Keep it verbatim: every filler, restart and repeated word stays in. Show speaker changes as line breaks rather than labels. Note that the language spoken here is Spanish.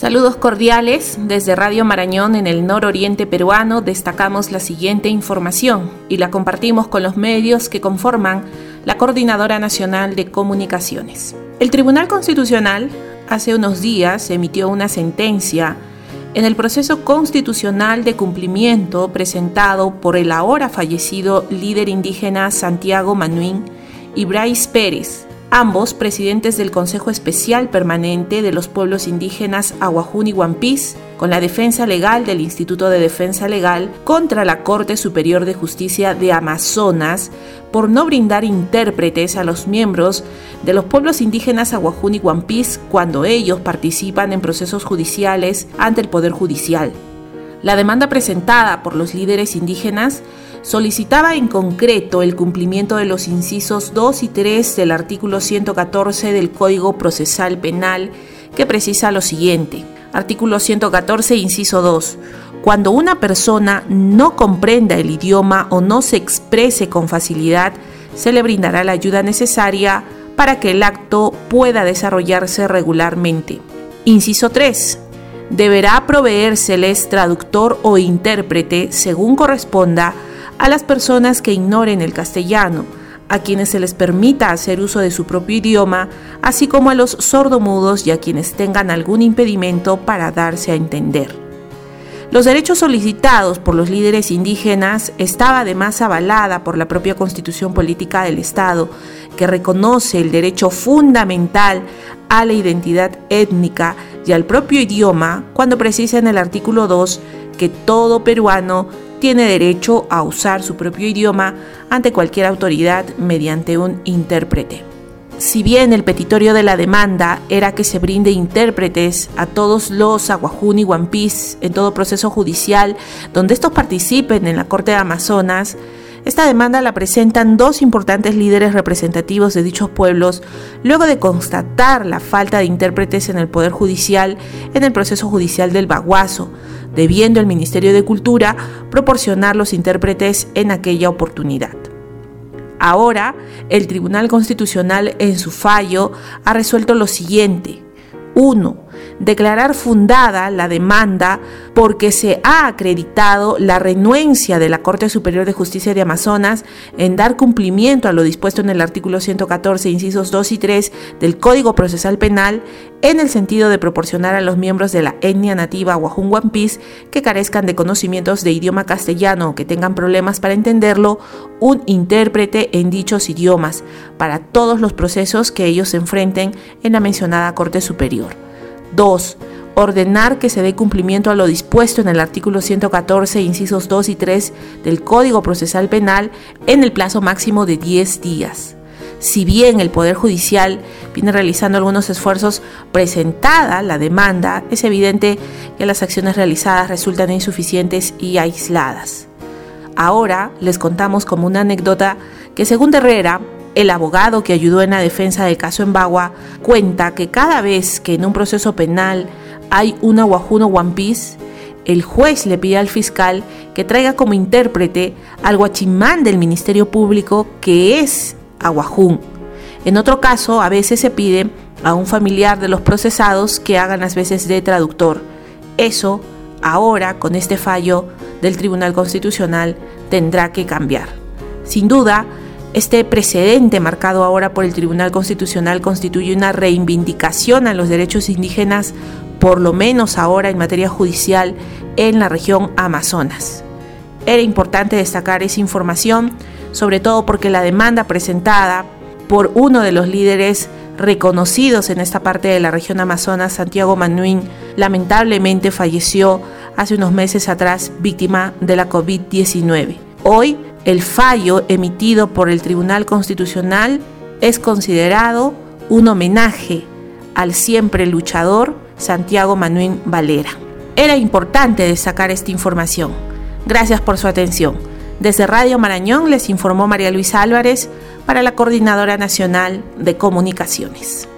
Saludos cordiales. Desde Radio Marañón en el nororiente peruano destacamos la siguiente información y la compartimos con los medios que conforman la Coordinadora Nacional de Comunicaciones. El Tribunal Constitucional hace unos días emitió una sentencia en el proceso constitucional de cumplimiento presentado por el ahora fallecido líder indígena Santiago Manuín y Bryce Pérez, ambos presidentes del Consejo Especial Permanente de los Pueblos Indígenas Aguajún y Guampís, con la defensa legal del Instituto de Defensa Legal contra la Corte Superior de Justicia de Amazonas por no brindar intérpretes a los miembros de los pueblos indígenas Aguajún y Guampís cuando ellos participan en procesos judiciales ante el Poder Judicial. La demanda presentada por los líderes indígenas solicitaba en concreto el cumplimiento de los incisos dos y tres del artículo ciento catorce del Código Procesal Penal, que precisa lo siguiente. Artículo ciento catorce, inciso dos. Cuando una persona no comprenda el idioma o no se exprese con facilidad, se le brindará la ayuda necesaria para que el acto pueda desarrollarse regularmente. Inciso tres. Deberá proveérseles traductor o intérprete, según corresponda, a las personas que ignoren el castellano, a quienes se les permita hacer uso de su propio idioma, así como a los sordomudos y a quienes tengan algún impedimento para darse a entender. Los derechos solicitados por los líderes indígenas estaba además avalada por la propia Constitución Política del Estado, que reconoce el derecho fundamental a la identidad étnica y al propio idioma, cuando precisa en el artículo dos que todo peruano tiene derecho a usar su propio idioma ante cualquier autoridad mediante un intérprete. Si bien el petitorio de la demanda era que se brinde intérpretes a todos los Aguajún y Guampís en todo proceso judicial donde estos participen en la Corte de Amazonas, esta demanda la presentan dos importantes líderes representativos de dichos pueblos luego de constatar la falta de intérpretes en el Poder Judicial en el proceso judicial del Baguazo, debiendo el Ministerio de Cultura proporcionar los intérpretes en aquella oportunidad. Ahora, el Tribunal Constitucional en su fallo ha resuelto lo siguiente. uno. Declarar fundada la demanda porque se ha acreditado la renuencia de la Corte Superior de Justicia de Amazonas en dar cumplimiento a lo dispuesto en el artículo ciento catorce, incisos dos y tres del Código Procesal Penal en el sentido de proporcionar a los miembros de la etnia nativa Aguajún Guampís que carezcan de conocimientos de idioma castellano o que tengan problemas para entenderlo, un intérprete en dichos idiomas para todos los procesos que ellos se enfrenten en la mencionada Corte Superior. dos. Ordenar que se dé cumplimiento a lo dispuesto en el artículo ciento catorce, incisos dos y tres del Código Procesal Penal en el plazo máximo de diez días. Si bien el Poder Judicial viene realizando algunos esfuerzos presentada la demanda, es evidente que las acciones realizadas resultan insuficientes y aisladas. Ahora les contamos como una anécdota que, según Herrera, el abogado que ayudó en la defensa del caso en Bagua, cuenta que cada vez que en un proceso penal hay un Aguajún o Guampís, el juez le pide al fiscal que traiga como intérprete al guachimán del Ministerio Público que es Aguajún. En otro caso, a veces se pide a un familiar de los procesados que hagan las veces de traductor. Eso, ahora, con este fallo del Tribunal Constitucional, tendrá que cambiar. Sin duda, este precedente marcado ahora por el Tribunal Constitucional constituye una reivindicación a los derechos indígenas, por lo menos ahora en materia judicial, en la región Amazonas. Era importante destacar esa información, sobre todo porque la demanda presentada por uno de los líderes reconocidos en esta parte de la región Amazonas, Santiago Manuín, lamentablemente falleció hace unos meses atrás víctima de la covid diecinueve. Hoy, el fallo emitido por el Tribunal Constitucional es considerado un homenaje al siempre luchador Santiago Manuín Valera. Era importante destacar esta información. Gracias por su atención. Desde Radio Marañón les informó María Luisa Álvarez para la Coordinadora Nacional de Comunicaciones.